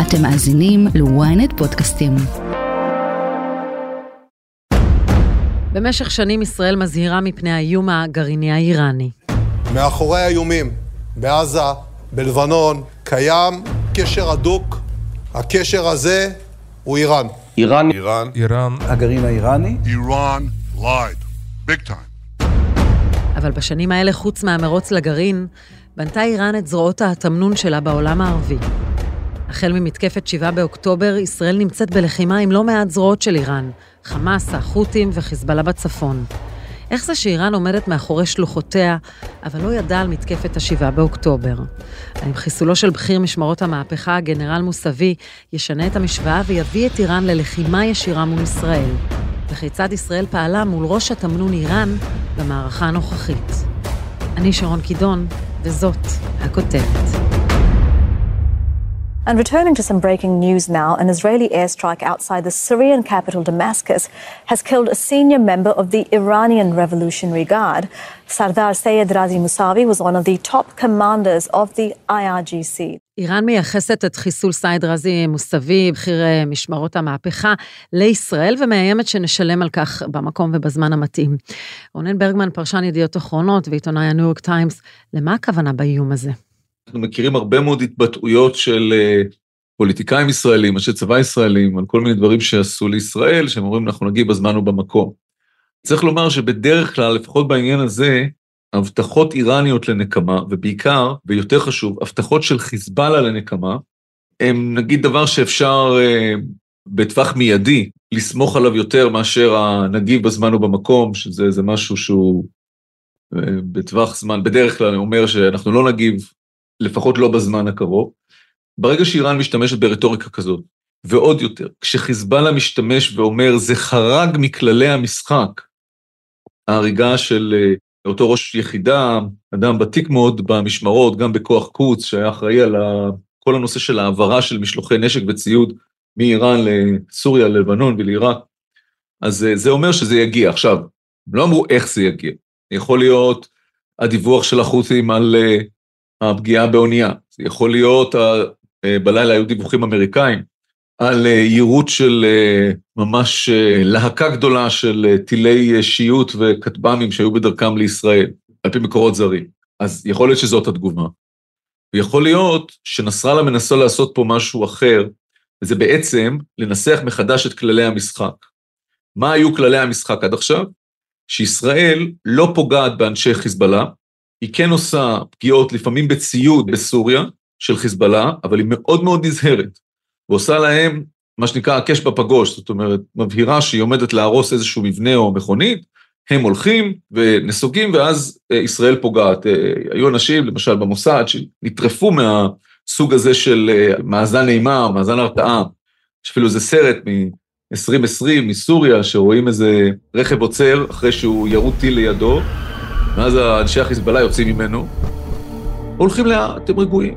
אתם מאזינים ל-ynet פודקאסטים. במשך שנים ישראל מזהירה מפני האיום הגרעיני האיראני. מאחורי האיומים בעזה, בלבנון, קיים קשר הדוק. הקשר הזה הוא איראן. איראן. הגרעין האיראני. Iran lied. Big time. אבל בשנים האלה, חוץ מהמרוץ לגרעין, בנתה איראן את זרועות התמנון שלה בעולם הערבי. החל ממתקפת 7 באוקטובר, ישראל נמצאת בלחימה עם לא מעט זרועות של איראן, חמאס, החות'ים וחיזבאללה בצפון. איך זה שאיראן עומדת מאחורי שלוחותיה, אבל לא ידעה על מתקפת 7 באוקטובר? האם חיסולו של בכיר משמרות המהפכה, גנרל מוסאווי, ישנה את המשוואה ויביא את איראן ללחימה ישירה מול ישראל? וכיצד ישראל פעלה מול ראש התמנון איראן במערכה הנוכחית? אני שרון קידון, וזאת הכותרת. And returning to some breaking news now, an Israeli airstrike outside the Syrian capital Damascus has killed a senior member of the Iranian Revolutionary Guard. Sardar Sayed Razi Mousavi was one of the top commanders of the IRGC. איראן מייחסת את חיסול סייד רזי מוסאווי, בכיר משמרות המהפכה, לישראל, ומאיימת שנשלם על כך במקום ובזמן המתאים. רונן ברגמן, פרשן ידיעות אחרונות ועיתונאי הניו יורק טיימס, למה הכוונה באיום הזה? אנחנו מכירים הרבה מאוד התבטאויות של פוליטיקאים ישראלים, אנשי צבא ישראלים, על כל מיני דברים שעשו לישראל, שהם אומרים אנחנו נגיע בזמן ובמקום. צריך לומר שבדרך כלל, לפחות בעניין הזה, הבטחות איראניות לנקמה, ובעיקר, ויותר חשוב, הבטחות של חיזבאללה לנקמה, הם נגיד דבר שאפשר בטווח מיידי, לסמוך עליו יותר מאשר הנגיב בזמן ובמקום, שזה משהו שהוא בטווח זמן, בדרך כלל אומר שאנחנו לא נגיב, לפחות לא בזמן הקרוב. ברגע שאיראן משתמשת ברטוריקה כזאת, ועוד יותר, כשחיזבאללה משתמש ואומר, זה חרג מכללי המשחק, ההריגה של אותו ראש יחידה, אדם ותיק מאוד במשמרות, גם בכוח קוץ, שהיה אחראי על כל הנושא של העברה של משלוחי נשק וציוד, מאיראן לסוריה, ללבנון ולעיראק, אז זה אומר שזה יגיע. עכשיו, לא אמרו איך זה יגיע. יכול להיות הדיווח של החות'ים על הפגיעה באונייה, זה יכול להיות, בלילה היו דיווחים אמריקאים, על יירוט של ממש להקה גדולה של טילי שיעוט וכטב"מים שהיו בדרכם לישראל, על פי מקורות זרים. אז יכול להיות שזאת התגובה. ויכול להיות שנסראללה מנסה לעשות פה משהו אחר, וזה בעצם לנסח מחדש את כללי המשחק. מה היו כללי המשחק עד עכשיו? שישראל לא פוגעת באנשי חיזבאללה, היא כן עושה פגיעות לפעמים בציוד בסוריה של חיזבאללה, אבל היא מאוד מאוד נזהרת, ועושה להם מה שנקרא הקש בפגוש, זאת אומרת, מבהירה שהיא עומדת להרוס איזשהו מבנה או מכונית, הם הולכים ונסוגים, ואז ישראל פוגעת. היו אנשים, למשל במוסד, שנטרפו מהסוג הזה של מאזן אימה, מאזן הרתעה, שאפילו זה סרט מ-2020 מסוריה, שרואים איזה רכב עוצר אחרי שהוא ירו טיל לידו, ואז אנשי החיזבאללה יוצאים ממנו, הולכים לאט, אתם רגועים.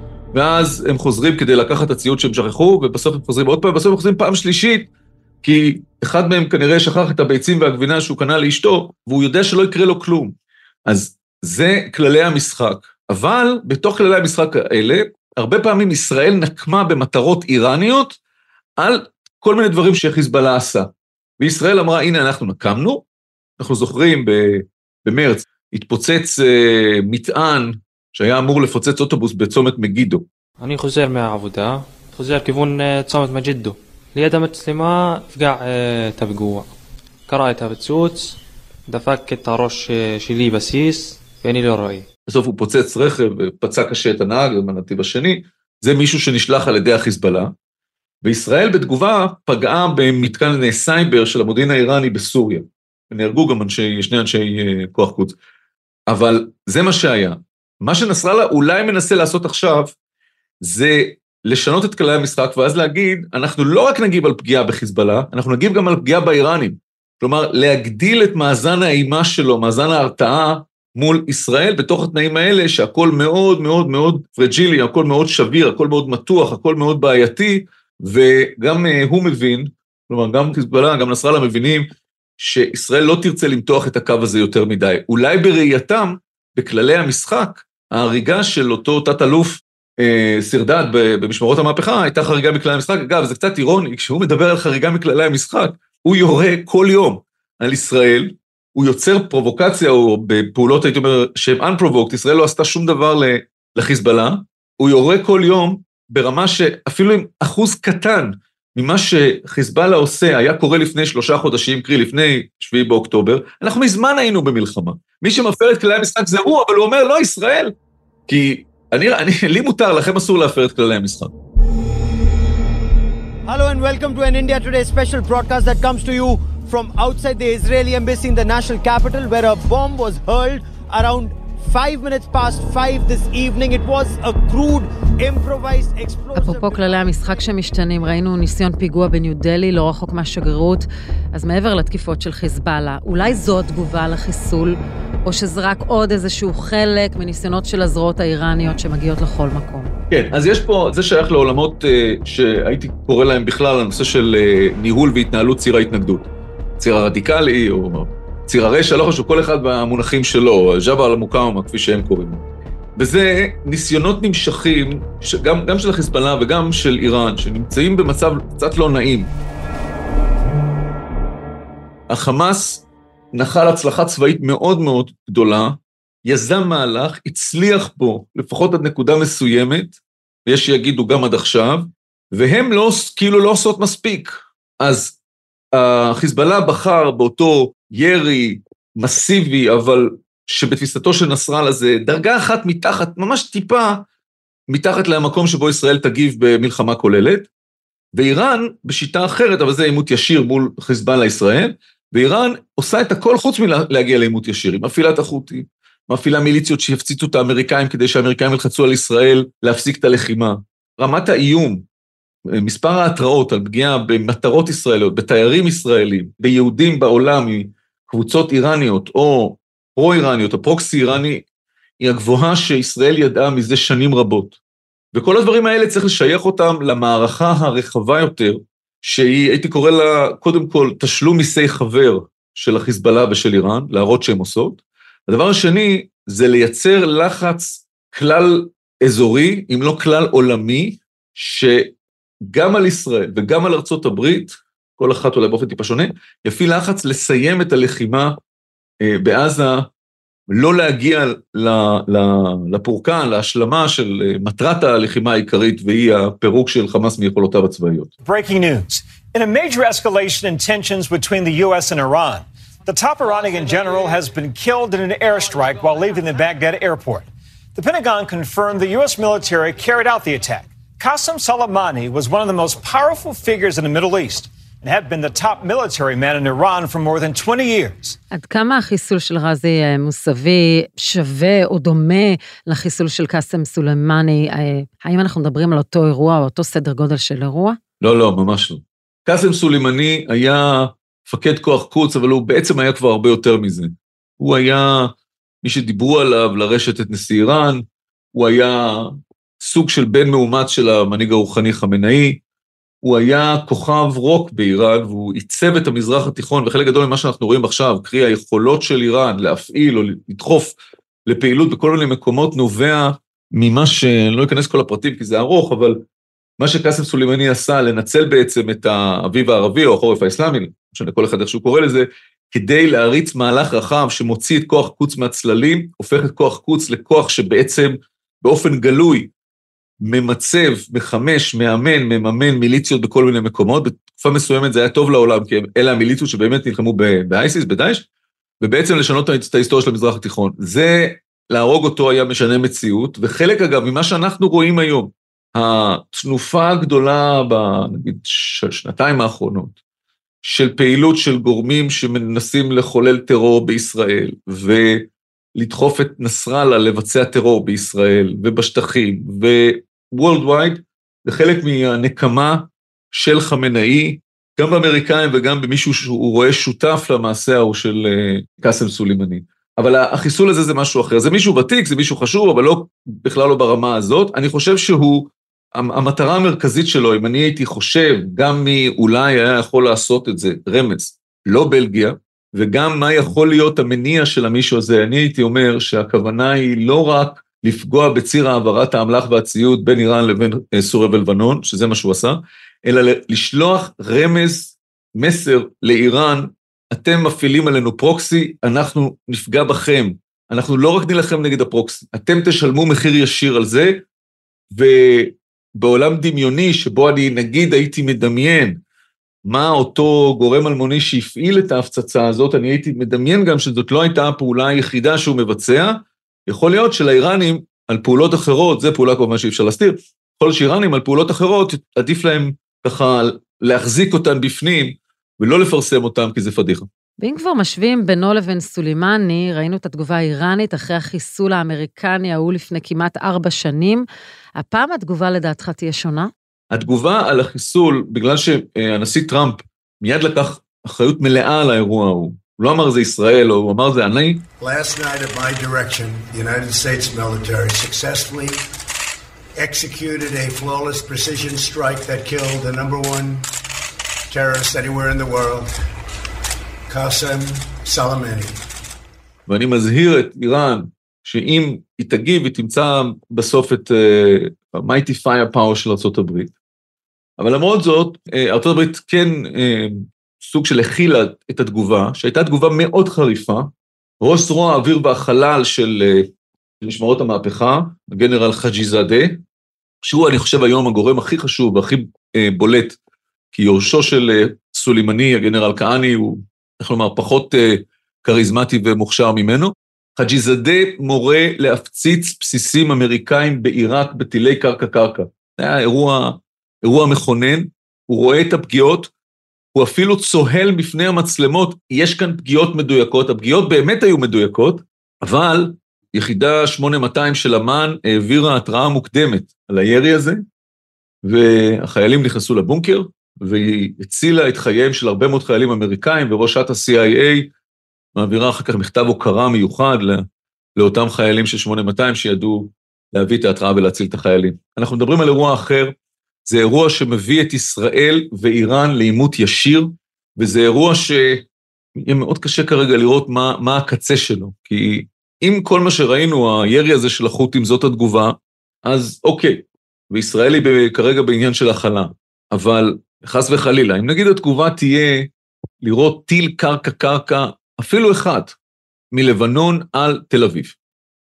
ואז הם חוזרים כדי לקחת את הציוד שהם שכחו, ובסוף הם חוזרים עוד פעם, ובסוף הם חוזרים פעם שלישית, כי אחד מהם כנראה שכח את הביצים והגבינה שהוא קנה לאשתו, והוא יודע שלא יקרה לו כלום. אז זה כללי המשחק. אבל בתוך כללי המשחק האלה, הרבה פעמים ישראל נקמה במטרות איראניות, על כל מיני דברים שחיזבאללה עשה. וישראל אמרה, הנה אנחנו נקמנו, אנחנו זוכרים במרץ, התפוצץ מטען שהיה אמור לפוצץ אוטובוס בצומת מגידו. אני חוזר מהעבודה, חוזר כיוון צומת מגידו. ליד המצלמה פגע תפגוע. קרא הפיצוץ, דפק את הראש שלי בסיס, ואני לא רואה. בסוף הוא פוצץ רכב ופצע קשה את הנהג בנתיב השני, זה מישהו שנשלח על ידי החיזבאללה, וישראל בתגובה פגעה במתקן סייבר של המודיעין האיראני בסוריה. ונהרגו גם שני אנשי כוח קוץ. אבל זה מה שהיה. מה שנסראללה אולי מנסה לעשות עכשיו, זה לשנות את כללי המשחק, ואז להגיד, אנחנו לא רק נגיב על פגיעה בחיזבאללה, אנחנו נגיב גם על פגיעה באיראנים. כלומר, להגדיל את מאזן האימה שלו, מאזן ההרתעה, מול ישראל, בתוך התנאים האלה, שהכל מאוד מאוד מאוד פרג'ילי, הכל מאוד שביר, הכל מאוד מתוח, הכל מאוד בעייתי, וגם הוא מבין, כלומר, גם חיזבאללה, גם נסראללה מבינים, שישראל לא תרצה למתוח את הקו הזה יותר מדי. אולי בראייתם, בכללי המשחק, ההריגה של אותו תת-אלוף סרדד במשמרות המהפכה, הייתה חריגה מכללי המשחק. אגב, זה קצת אירוני, כשהוא מדבר על חריגה מכללי המשחק, הוא יורה כל יום על ישראל, הוא יוצר פרובוקציה, או בפעולות, הייתי אומר, שהן unprovoked, ישראל לא עשתה שום דבר לחיזבאללה, הוא יורה כל יום ברמה שאפילו עם אחוז קטן ממה שחיזבאללה עושה, היה קורה לפני 3 חודשים, קרי לפני 7 באוקטובר, אנחנו מזמן היינו במלחמה. מי שמפר את כללי המשחק זה הוא, אבל הוא אומר, לא ישראל, כי לי מותר, לכם אסור להפר את כללי המשחק. Hello and welcome to an India Today special broadcast that comes to you from outside the Israeli embassy in the national capital, where a bomb was hurled around 5 minutes past 5 this evening. It was a crude, improvised explosive... אפרופו כללי המשחק שמשתנים, ראינו ניסיון פיגוע בניו דלי, לא רחוק מהשגרירות, אז מעבר לתקיפות של חיזבאללה, אולי זו התגובה לחיסול, או שזה רק עוד איזשהו חלק מניסיונות של הזרועות האיראניות שמגיעות לכל מקום? כן, אז יש פה, זה שייך לעולמות שהייתי קורא להם בכלל, הנושא של ניהול והתנהלות ציר ההתנגדות. ציר הרדיקלי, או ציר הרשע, לא חשוב, כל אחד במונחים שלו, ג'בל המוקאומה, כפי שהם קוראים. וזה ניסיונות נמשכים, גם של החיזבאללה וגם של איראן, שנמצאים במצב קצת לא נעים. החמאס נחל הצלחה צבאית מאוד מאוד גדולה, יזם מהלך, הצליח פה, לפחות עד נקודה מסוימת, ויש שיגידו גם עד עכשיו, והם כאילו לא עושות מספיק. אז החיזבאללה בחר באותו ירי מסיבי, אבל שבתפיסתו של נסראללה זה דרגה אחת מתחת, ממש טיפה מתחת למקום שבו ישראל תגיב במלחמה כוללת, ואיראן בשיטה אחרת, אבל זה עימות ישיר מול חיזבאללה ישראל, ואיראן עושה את הכל חוץ מלהגיע לעימות ישיר, היא מפעילה את החות'ים, מפעילה מיליציות שיפציצו את האמריקאים, כדי שהאמריקאים ילחצו על ישראל להפסיק את הלחימה. רמת האיום, מספר ההתראות על פגיעה במטרות ישראליות, בתיירים ישראלים, ביהודים בעולם, קבוצות איראניות או פרו-איראניות, או פרוקסי איראני, היא הגבוהה שישראל ידעה מזה שנים רבות. וכל הדברים האלה צריך לשייך אותם למערכה הרחבה יותר, שהיא, הייתי קורא לה, קודם כל, תשלום מיסי חבר של החיזבאללה ושל איראן, להראות שהן עושות. הדבר השני, זה לייצר לחץ כלל אזורי, אם לא כלל עולמי, שגם על ישראל וגם על ארצות הברית, כל אחת אולי באופן טיפה שונה, יפעיל לחץ לסיים את הלחימה בעזה, לא להגיע לפורקן, להשלמה של מטרת הלחימה העיקרית, והיא הפירוק של חמאס מיכולותיו הצבאיות. Breaking news. In a major escalation in tensions between the US and Iran, the top Iranian general has been killed in an airstrike while leaving the Baghdad airport. The Pentagon confirmed the US military carried out the attack. Qasem Soleimani was one of the most powerful figures in the Middle East and had been the top military man in Iran for more than 20 years. עד כמה החיסול של רזי מוסאוי שווה או דומה לחיסול של קאסם סולימאני? האם אנחנו מדברים על אותו אירוע או אותו סדר גודל של אירוע? לא, לא, ממש לא. קאסם סולימאני היה מפקד כוח קודס, אבל הוא בעצם היה כבר הרבה יותר מזה. הוא היה מי שדיברו עליו לרשת את נשיא איראן, הוא היה סוג של בן מאומץ של המנהיג הרוחני חמינאי, הוא היה כוכב רוק באיראן, והוא עיצב את המזרח התיכון, וחלק גדול ממה שאנחנו רואים עכשיו, קרי היכולות של איראן להפעיל או לדחוף לפעילות בכל מיני מקומות, נובע ממה לא אכנס כל הפרטים, כי זה ארוך, אבל מה שקאסם סולימאני עשה, לנצל בעצם את האביב הערבי, או החורף האסלאמי, משנה כל אחד איך שהוא קורא לזה, כדי להריץ מהלך רחב, שמוציא את כוח קוץ מהצללים, הופך את כוח קוץ לכוח שבעצם באופן גלוי, ממצב, מחמש, מאמן, מממן מיליציות בכל מיני מקומות, בתקופה מסוימת זה היה טוב לעולם, כי אלה המיליציות שבאמת נלחמו באייסיס, בדאעש, ובעצם לשנות את ההיסטוריה של המזרח התיכון. זה, להרוג אותו היה משנה מציאות, וחלק אגב, ממה שאנחנו רואים היום, התנופה הגדולה, נגיד, שנתיים האחרונות, של פעילות של גורמים שמנסים לחולל טרור בישראל, ולדחוף את נסראללה לבצע טרור בישראל, ובשטחים, worldwide, זה חלק מהנקמה של חמינאי, גם באמריקאים וגם במישהו שהוא רואה שותף למעשה ההוא של קאסם סולימאני. אבל החיסול הזה זה משהו אחר, זה מישהו ותיק, זה מישהו חשוב, אבל לא, בכלל לא ברמה הזאת. אני חושב שהוא, המטרה המרכזית שלו, אם אני הייתי חושב, גם מי אולי היה יכול לעשות את זה, רמז, לא בלגיה, וגם מה יכול להיות המניע של המישהו הזה, אני הייתי אומר שהכוונה היא לא רק לפגוע בציר העברת האמל"ח והציוד בין איראן לבין סוריה ולבנון, שזה מה שהוא עשה, אלא לשלוח רמז, מסר לאיראן, אתם מפעילים עלינו פרוקסי, אנחנו נפגע בכם, אנחנו לא רק נלחם נגד הפרוקסי, אתם תשלמו מחיר ישיר על זה, ובעולם דמיוני שבו אני נגיד הייתי מדמיין, מה אותו גורם אלמוני שהפעיל את ההפצצה הזאת, אני הייתי מדמיין גם שזאת לא הייתה הפעולה היחידה שהוא מבצע, יכול להיות שלאיראנים על פעולות אחרות, זה פעולה כמובן שאי אפשר להסתיר, יכול להיות שאיראנים על פעולות אחרות, עדיף להם ככה להחזיק אותן בפנים, ולא לפרסם אותם כי זה פדיחה. ואם כבר משווים בינו לבין סולימני, ראינו את התגובה האיראנית אחרי החיסול האמריקני ההוא לפני כמעט 4 שנים, הפעם התגובה לדעתך תהיה שונה? התגובה על החיסול, בגלל שהנשיא טראמפ מיד לקח אחריות מלאה על האירוע ההוא, הוא לא אמר זה ישראל, הוא אמר זה אני. Last night at my direction, the United States military successfully executed a flawless precision strike that killed the number one terrorist anywhere in the world, Qasem Soleimani. ואני מזהיר את איראן, שאם היא תגיב, היא תמצא בסוף את mighty firepower של ארצות הברית. אבל למרות זאת, ארצות הברית כן סוג של הכילה את התגובה, שהייתה תגובה מאוד חריפה, ראש זרוע האוויר והחלל של משמרות המהפכה, הגנרל חג'יזאדה, שהוא אני חושב היום הגורם הכי חשוב והכי בולט, כי יורשו של סולימני, הגנרל כהני, הוא, איך לומר, פחות קריזמטי ומוכשר ממנו. חג'יזאדה מורה להפציץ בסיסים אמריקאים בעיראק בטילי קרקע. זה היה אירוע מכונן, הוא רואה את הפגיעות, הוא אפילו צוהל בפני המצלמות, יש כאן פגיעות מדויקות, הפגיעות באמת היו מדויקות, אבל יחידה 8200 של אמ"ן העבירה התראה מוקדמת על הירי הזה, והחיילים נכנסו לבונקר, והיא הצילה את חייהם של הרבה מאוד חיילים אמריקאים, וראשת ה-CIA מעבירה אחר כך מכתב הוקרה מיוחד לאותם חיילים של 8200 שידעו להביא את ההתראה ולהציל את החיילים. אנחנו מדברים על אירוע אחר, זה אירוע שמביא את ישראל ואיראן לעימות ישיר, וזה אירוע שיהיה מאוד קשה כרגע לראות מה הקצה שלו, כי אם כל מה שראינו, הירי הזה של החות'ים זאת התגובה, אז אוקיי, וישראל היא כרגע בעניין של הכלה, אבל חס וחלילה, אם נגיד התגובה תהיה לראות טיל קרקע, אפילו אחד, מלבנון על תל אביב.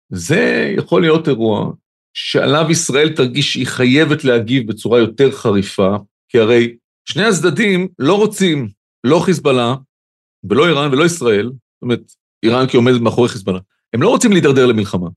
זה יכול להיות אירוע שעליו ישראל תרגיש שהיא חייבת להגיב בצורה יותר חריפה, כי הרי שני הצדדים לא רוצים, לא חיזבאללה, ולא איראן ולא ישראל, זאת אומרת, איראן כי עומדת מאחורי חיזבאללה, הם לא רוצים להידרדר למלחמה.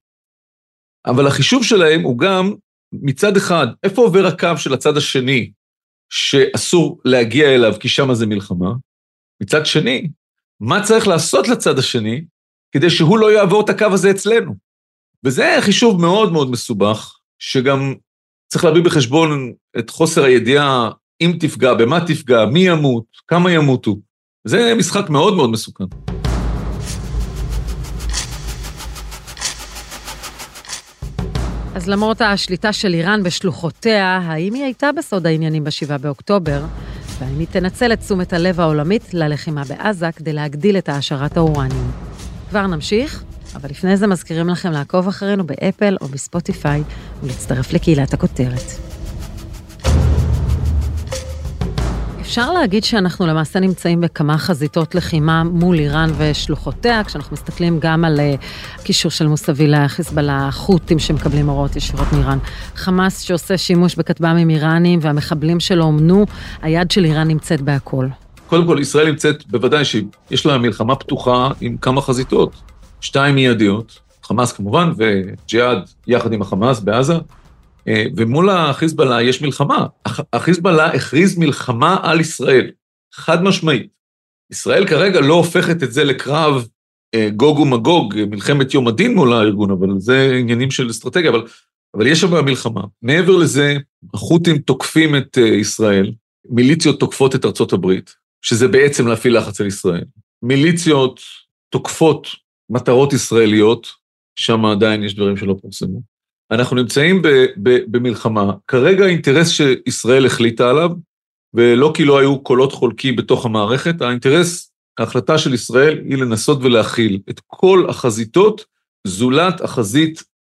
אבל החישוב שלהם הוא גם מצד אחד, איפה עובר הקו של הצד השני, שאסור להגיע אליו כי שם זה מלחמה, מצד שני, מה צריך לעשות לצד השני, כדי שהוא לא יעבור את הקו הזה אצלנו. וזה חישוב מאוד מאוד מסובך, שגם צריך להביא בחשבון את חוסר הידיעה, אם תפגע, במה תפגע, מי ימות, כמה ימותו. זה משחק מאוד מאוד מסוכן. אז למרות השליטה של איראן בשלוחותיה, האם היא הייתה בסוד העניינים ב7 באוקטובר, והאם היא תנצל את תשומת הלב העולמית ללחימה בעזה כדי להגדיל את העשרת האורניום? כבר נמשיך, אבל לפני זה מזכירים לכם לעקוב אחרינו באפל או בספוטיפיי ולהצטרף לקהילת הכותרת. אפשר להגיד שאנחנו למעשה נמצאים בכמה חזיתות לחימה מול איראן ושלוחותיה, כשאנחנו מסתכלים גם על קישור של מוסבילה, חיזבאללה, חות'ים שמקבלים הוראות ישירות מאיראן, חמאס שעושה שימוש בכטב"מים איראנים והמחבלים שלו אומנו, היד של איראן נמצאת בהכל. קודם כל, ישראל נמצאת בוודאי שיש לה מלחמה פתוחה עם כמה חזיתות, 2 מיידיות, חמאס כמובן וג'יהאד יחד עם החמאס בעזה, ומול החיזבאללה יש מלחמה. החיזבאללה הכריז מלחמה על ישראל, חד משמעית. ישראל כרגע לא הופכת את זה לקרב גוג ומגוג, מלחמת יום הדין מול הארגון, אבל זה עניינים של אסטרטגיה, אבל יש שם מלחמה. מעבר לזה, החות'ים תוקפים את ישראל, מיליציות תוקפות את ארצות הברית, שזה בעצם להפעיל לחץ על ישראל. מיליציות תוקפות מטרות ישראליות, שם עדיין יש דברים שלא פורסמו. אנחנו נמצאים במלחמה, כרגע האינטרס שישראל החליטה עליו, ולא כי לא היו קולות חולקים בתוך המערכת, האינטרס, ההחלטה של ישראל היא לנסות ולהכיל את כל החזיתות, זולת החזית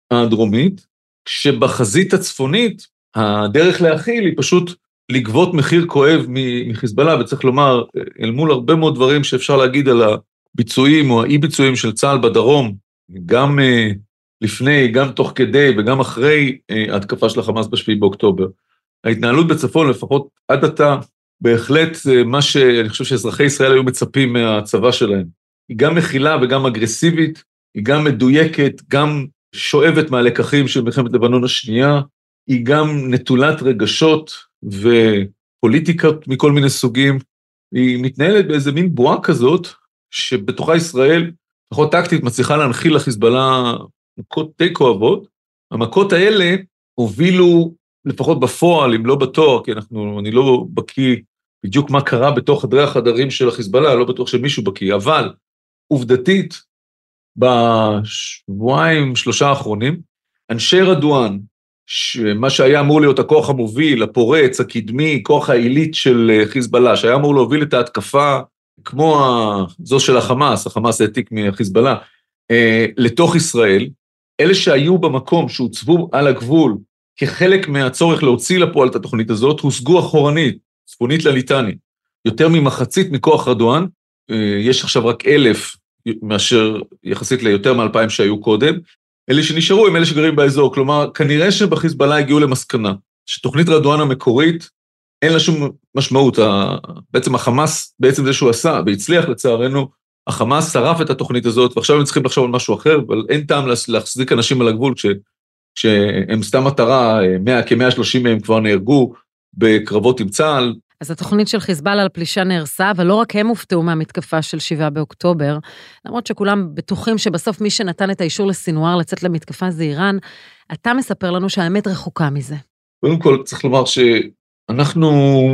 הדרומית, כשבחזית הצפונית, הדרך להכיל היא פשוט לגבות מחיר כואב מחיזבאללה, וצריך לומר, אל מול הרבה מאוד דברים שאפשר להגיד על הביצועים או האי-ביצועים של צה"ל בדרום, גם לפני, גם תוך כדי וגם אחרי ההתקפה של החמאס ב7 באוקטובר. ההתנהלות בצפון, לפחות עד עתה, בהחלט מה שאני חושב שאזרחי ישראל היו מצפים מהצבא שלהם. היא גם מכילה וגם אגרסיבית, היא גם מדויקת, גם שואבת מהלקחים של מלחמת לבנון השנייה, היא גם נטולת רגשות ופוליטיקות מכל מיני סוגים, היא מתנהלת באיזה מין בועה כזאת, שבתוכה ישראל, לפחות טקטית, מצליחה להנחיל לחיזבאללה מכות די כואבות. המכות האלה הובילו, לפחות בפועל, אם לא בתואר, כי אני לא בקיא בדיוק מה קרה בתוך חדרי החדרים של החיזבאללה, לא בטוח שמישהו בקיא, אבל עובדתית, בשבועיים, 3 האחרונים, אנשי רדואן, מה שהיה אמור להיות הכוח המוביל, הפורץ, הקדמי, כוח העילית של חיזבאללה, שהיה אמור להוביל את ההתקפה, כמו זו של החמאס העתיק מהחיזבאללה, לתוך ישראל, אלה שהיו במקום, שהוצבו על הגבול, כחלק מהצורך להוציא לפועל את התוכנית הזאת, הושגו אחורנית, צפונית לליטני, יותר ממחצית מכוח רדואן, יש עכשיו רק 1,000, מאשר יחסית ליותר מ2,000 שהיו קודם, אלה שנשארו הם אלה שגרים באזור, כלומר, כנראה שבחיזבאללה הגיעו למסקנה, שתוכנית רדואן המקורית, אין לה שום משמעות, בעצם החמאס, בעצם זה שהוא עשה, והצליח לצערנו, החמאס שרף את התוכנית הזאת, ועכשיו הם צריכים לחשוב על משהו אחר, אבל אין טעם להחזיק אנשים על הגבול, כשהם סתם מטרה, כ-130 מהם כבר נהרגו, בקרבות עם צה"ל. אז התוכנית של חיזבאללה על פלישה נהרסה, אבל לא רק הם הופתעו מהמתקפה של 7 באוקטובר, למרות שכולם בטוחים שבסוף מי שנתן את האישור לסינואר לצאת למתקפה זה איראן, אתה מספר לנו שהאמת רחוקה מזה. קודם כל צריך לומר שאנחנו,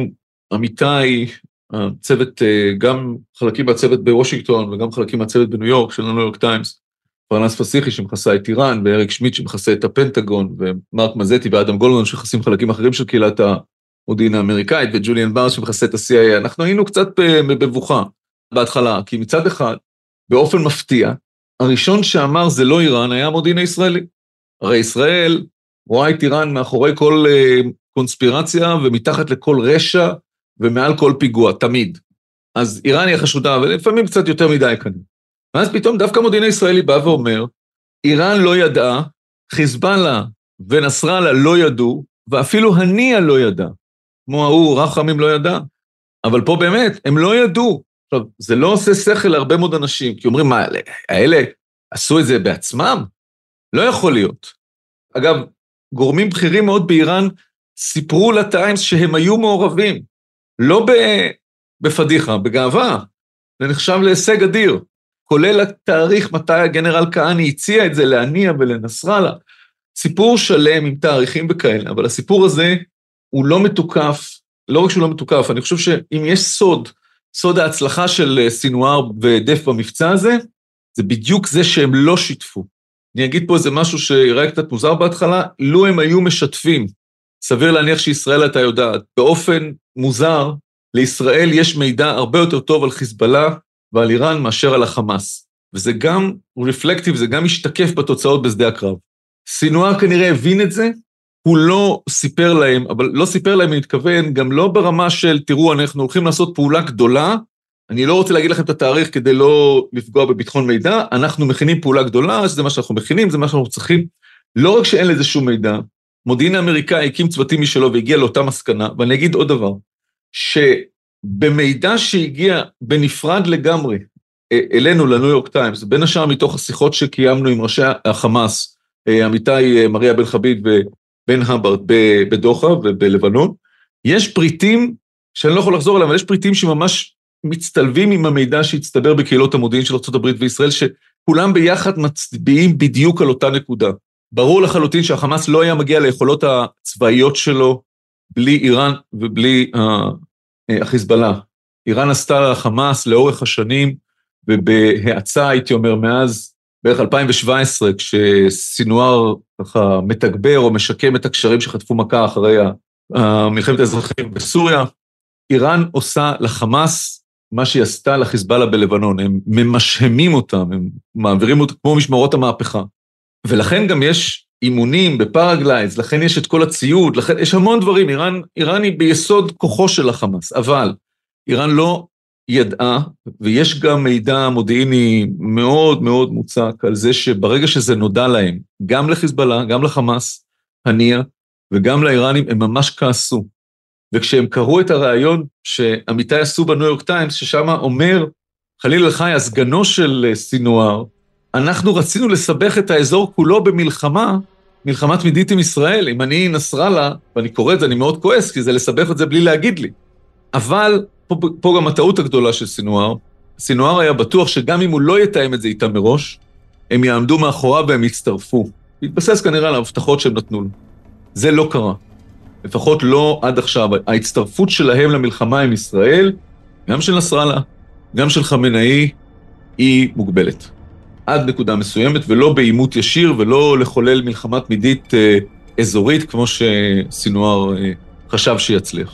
עמיתי, הצוות, גם חלקים מהצוות בוושינגטון, וגם חלקים מהצוות בניו יורק, של הניו יורק טיימס, פרנס פסיכי שמכסה את איראן, ואריק שמיט שמכסה את הפנטגון, ומרק מזטי ואדם גולדמן שמכסים חלקים אחרים של קהילת המודיעין האמריקאית, וג'וליאן בארס שמכסה את ה-CIA. אנחנו היינו קצת בבוכה בהתחלה, כי מצד אחד, באופן מפתיע, הראשון שאמר זה לא איראן, היה המודיעין הישראלי. הרי ישראל רואה את איראן מאחורי כל קונספירציה, ומתחת לכל רשע, ומעל כל פיגוע, תמיד. אז איראן היא החשודה, ולפעמים קצת יותר מדי כאן. ואז פתאום דווקא המודיעין הישראלי בא ואומר, איראן לא ידעה, חיזבאללה ונסראללה לא ידעו, ואפילו הנייה לא ידע. כמו ההוא, רחמים לא ידע. אבל פה באמת, הם לא ידעו. עכשיו, זה לא עושה שכל להרבה מאוד אנשים, כי אומרים, מה, האלה עשו את זה בעצמם? לא יכול להיות. אגב, גורמים בכירים מאוד באיראן, סיפרו לטיימס שהם היו מעורבים, לא בפדיחה, בגאווה. זה נחשב להישג אדיר, כולל התאריך מתי הגנרל כהני הציע את זה להנייה ולנסראללה. סיפור שלם עם תאריכים וכאלה, אבל הסיפור הזה הוא לא מתוקף, לא רק שהוא לא מתוקף, אני חושב שאם יש סוד ההצלחה של סינואר ודף במבצע הזה, זה בדיוק זה שהם לא שיתפו. אני אגיד פה איזה משהו שיראה קצת מוזר בהתחלה, לו הם היו משתפים, סביר להניח שישראל אתה יודעת, באופן מוזר, לישראל יש מידע הרבה יותר טוב על חיזבאללה ועל איראן מאשר על החמאס, וזה גם רפלקטיב, זה גם משתקף בתוצאות בשדה הקרב. סינואר כנראה הבין את זה, הוא לא סיפר להם, אבל לא סיפר להם, אני מתכוון, גם לא ברמה של, תראו, אנחנו הולכים לעשות פעולה גדולה, אני לא רוצה להגיד לכם את התאריך כדי לא לפגוע בביטחון מידע, אנחנו מכינים פעולה גדולה, זה מה שאנחנו מכינים, זה מה שאנחנו צריכים, לא רק שאין לזה שום מידע, מודיעין האמריקאי הקים צוותים משלו והגיע לאותה מסקנה, ואני אגיד עוד דבר, שבמידע שהגיע בנפרד לגמרי, אלינו, לניו יורק טיימס, בין השאר מתוך השיחות שקיימנו עם ראשי החמאס, עמיתי מריה בן חביד ובן הברד בדוחה ובלבנון, יש פריטים שאני לא יכול לחזור עליהם, אבל יש פריטים שממש מצטלבים עם המידע שהצטבר בקהילות המודיעין של ארצות הברית וישראל, שכולם ביחד מצביעים בדיוק על אותה נקודה. ברור לחלוטין שהחמאס לא היה מגיע ליכולות הצבאיות שלו, בלי איראן ובלי החיזבאללה. איראן עשתה לחמאס לאורך השנים, ובהאצה הייתי אומר מאז, בערך 2017, כשסינואר ככה מתגבר או משקם את הקשרים שחטפו מכה אחרי מלחמת האזרחים בסוריה, איראן עושה לחמאס מה שהיא עשתה לחיזבאללה בלבנון, הם ממשהמים אותם, הם מעבירים אותם כמו משמרות המהפכה. ולכן גם יש אימונים בפרגלייז, לכן יש את כל הציוד, לכן יש המון דברים, איראן היא ביסוד כוחו של החמאס, אבל איראן לא ידעה, ויש גם מידע מודיעיני מאוד מאוד מוצק על זה שברגע שזה נודע להם, גם לחיזבאללה, גם לחמאס, הנייה, וגם לאיראנים, הם ממש כעסו. וכשהם קראו את הרעיון שעמיתי עשו בניו יורק טיימס, ששם אומר, חליל אלחי, הסגנו של סינואר, אנחנו רצינו לסבך את האזור כולו במלחמה, מלחמה תמידית עם ישראל. אם אני נסראללה, ואני קורא את זה, אני מאוד כועס, כי זה לסבך את זה בלי להגיד לי. אבל פה גם הטעות הגדולה של סינואר, סינואר היה בטוח שגם אם הוא לא יתאם את זה איתם מראש, הם יעמדו מאחוריו והם יצטרפו. התבסס כנראה על ההבטחות שהם נתנו לו. זה לא קרה. לפחות לא עד עכשיו. ההצטרפות שלהם למלחמה עם ישראל, גם של נסראללה, גם של חמינאי, היא מוגבלת. עד נקודה מסוימת, ולא בעימות ישיר, ולא לחולל מלחמה תמידית אזורית, כמו שסינואר חשב שיצליח.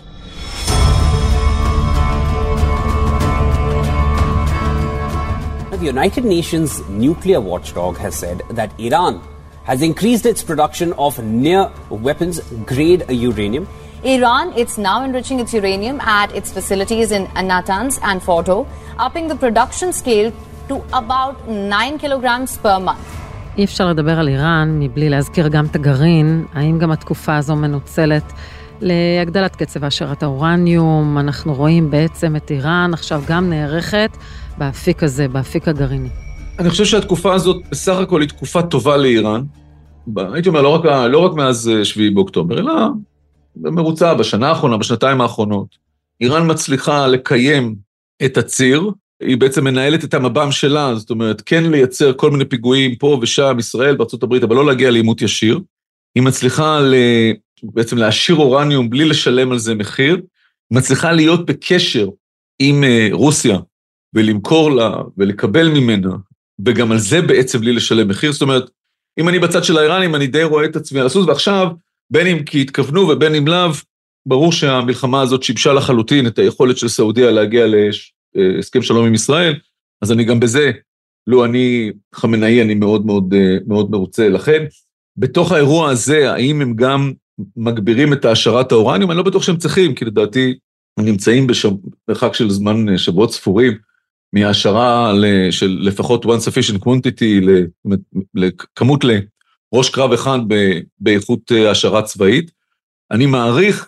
The United Nations nuclear watchdog has said that Iran has increased its production of near weapons-grade uranium. Iran, it's now enriching its uranium at its facilities in Natanz and Fordo, upping the production scale to about 9 kilograms per month. אי אפשר לדבר על איראן מבלי להזכיר גם את הגרעין. האם גם התקופה הזו מנוצלת להגדלת קצב העשרת האורניום? אנחנו רואים בעצם את איראן עכשיו גם נערכת באפיק הזה, באפיק הגרעיני. אני חושב שהתקופה הזאת בסך הכל היא תקופה טובה לאיראן. הייתי אומר, לא רק מאז 7 באוקטובר, אלא במרוצה, בשנה האחרונה, בשנתיים האחרונות. איראן מצליחה לקיים את הציר, היא בעצם מנהלת את המב"ם שלה, זאת אומרת, כן לייצר כל מיני פיגועים פה ושם, ישראל, בארצות הברית, אבל לא להגיע לעימות ישיר. היא מצליחה בעצם להשאיר אורניום בלי לשלם על זה מחיר, מצליחה להיות בקשר עם רוסיה, ולמכור לה ולקבל ממנה, וגם על זה בעצם בלי לשלם מחיר. זאת אומרת, אם אני בצד של האיראנים, אני די רואה את עצמי על הסוס, ועכשיו, בין אם כי התכוונו ובין אם לאו, ברור שהמלחמה הזאת שיבשה לחלוטין את היכולת של סעודיה להגיע להסכם שלום עם ישראל, אז אני גם בזה, לא אני חמינאי, אני מאוד מאוד מאוד מרוצה. לכן, בתוך האירוע הזה, האם הם גם מגבירים את העשרת האורניום? אני לא בטוח שהם צריכים, כי לדעתי, הם נמצאים במרחק של זמן שבועות ספורים, מהעשרה של לפחות one sufficient quantity, לכמות לראש קרב אחד באיכות העשרה צבאית. אני מעריך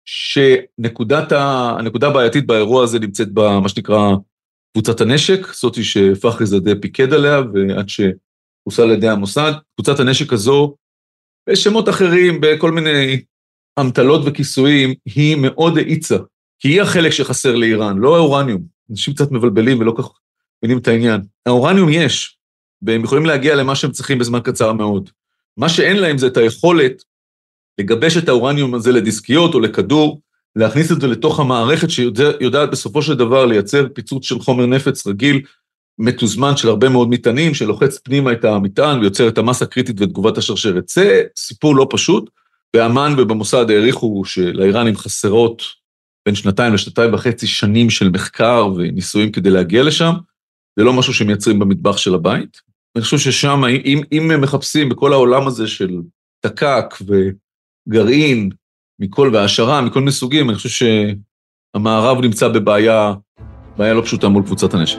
שהנקודה הבעייתית באירוע הזה נמצאת במה שנקרא קבוצת הנשק, זאתי שפחרי זאדה פיקד עליה, ועד שהוסל על ידי המוסד. קבוצת הנשק הזו, בשמות אחרים, בכל מיני המטלות וכיסויים, היא מאוד האיצה, כי היא החלק שחסר לאיראן, לא האורניום. אנשים קצת מבלבלים ולא כך מבינים את העניין. האורניום יש, והם יכולים להגיע למה שהם צריכים בזמן קצר מאוד. מה שאין להם זה את היכולת לגבש את האורניום הזה לדיסקיות או לכדור, להכניס את זה לתוך המערכת שיודעת בסופו של דבר לייצר פיצוץ של חומר נפץ רגיל, מתוזמן של הרבה מאוד מטענים, שלוחץ פנימה את המטען ויוצר את המסה הקריטית ותגובת השרשרת. זה סיפור לא פשוט, באמן ובמוסד העריכו שלאיראנים חסרות בין 2 ל2.5 שנים של מחקר וניסויים כדי להגיע לשם, זה לא משהו שמייצרים במטבח של הבית. אני חושב ששם, אם הם מחפשים בכל העולם הזה של תקק וגרעין, והעשרה, מכל מיני סוגים, אני חושב שהמערב נמצא בבעיה לא פשוטה מול קבוצת הנשק.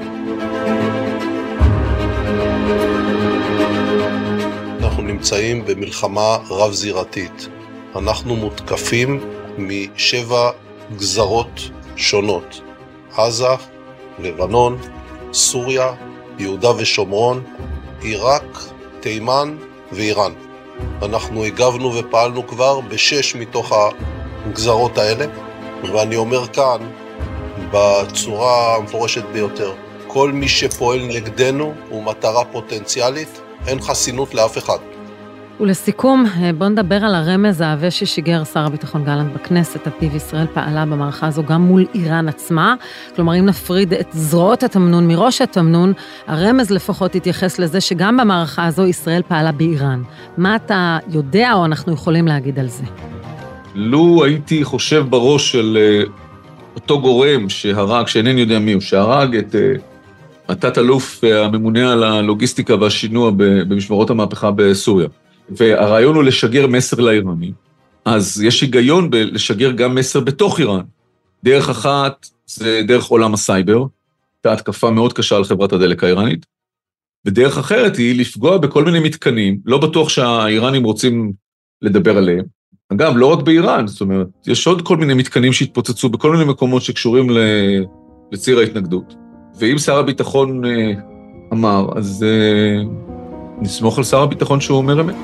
אנחנו נמצאים במלחמה רב-זירתית. אנחנו מותקפים מ7 גזרות שונות. עזה, לבנון, סוריה, יהודה ושומרון, עיראק, תימן ואיראן. אנחנו הגבנו ופעלנו כבר ב6 מתוך הגזרות האלה, ואני אומר כאן בצורה המפורשת ביותר, כל מי שפועל נגדנו הוא מטרה פוטנציאלית, אין חסינות לאף אחד. ולסיכום, בוא נדבר על הרמז העבה ששיגר שר הביטחון גלנט בכנסת, על פיו ישראל פעלה במערכה הזו גם מול איראן עצמה, כלומר אם נפריד את זרועות התמנון מראש התמנון, הרמז לפחות התייחס לזה שגם במערכה הזו ישראל פעלה באיראן. מה אתה יודע או אנחנו יכולים להגיד על זה? לו הייתי חושב בראש של אותו גורם שהרג, שאינני יודע מי הוא, שהרג את התת אלוף הממונה על הלוגיסטיקה והשינוע במשמרות המהפכה בסוריה. והרעיון הוא לשגר מסר לאיראנים. אז יש היגיון לשגר גם מסר בתוך איראן. דרך אחת זה דרך עולם הסייבר, והתקפה מאוד קשה על חברת הדלק האיראנית, ודרך אחרת היא לפגוע בכל מיני מתקנים, לא בטוח שהאיראנים רוצים לדבר עליהם. אגב, לא רק באיראן, זאת אומרת, יש עוד כל מיני מתקנים שהתפוצצו בכל מיני מקומות שקשורים לציר ההתנגדות. ואם שר הביטחון אמר, אז נסמוך על שר הביטחון שהוא אומר אמת.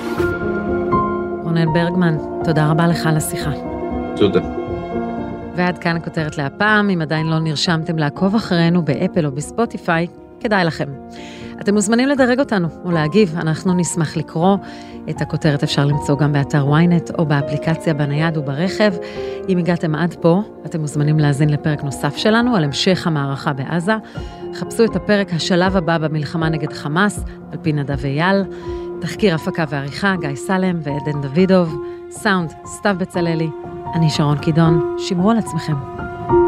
רונן ברגמן, תודה רבה לך על השיחה. תודה. ועד כאן הכותרת להפעם. אם עדיין לא נרשמתם לעקוב אחרינו באפל או בספוטיפיי, כדאי לכם. אתם מוזמנים לדרג אותנו או להגיב, אנחנו נשמח לקרוא. את הכותרת אפשר למצוא גם באתר ynet או באפליקציה בנייד וברכב. אם הגעתם עד פה, אתם מוזמנים להאזין לפרק נוסף שלנו על המשך המערכה בעזה. חפשו את הפרק השלב הבא במלחמה נגד חמאס, על פי נדב אייל. תחקיר הפקה ועריכה, גיא סלם ועדן דוידוב. סאונד, סתיו בצללי. אני שרון קידון, שמרו על עצמכם.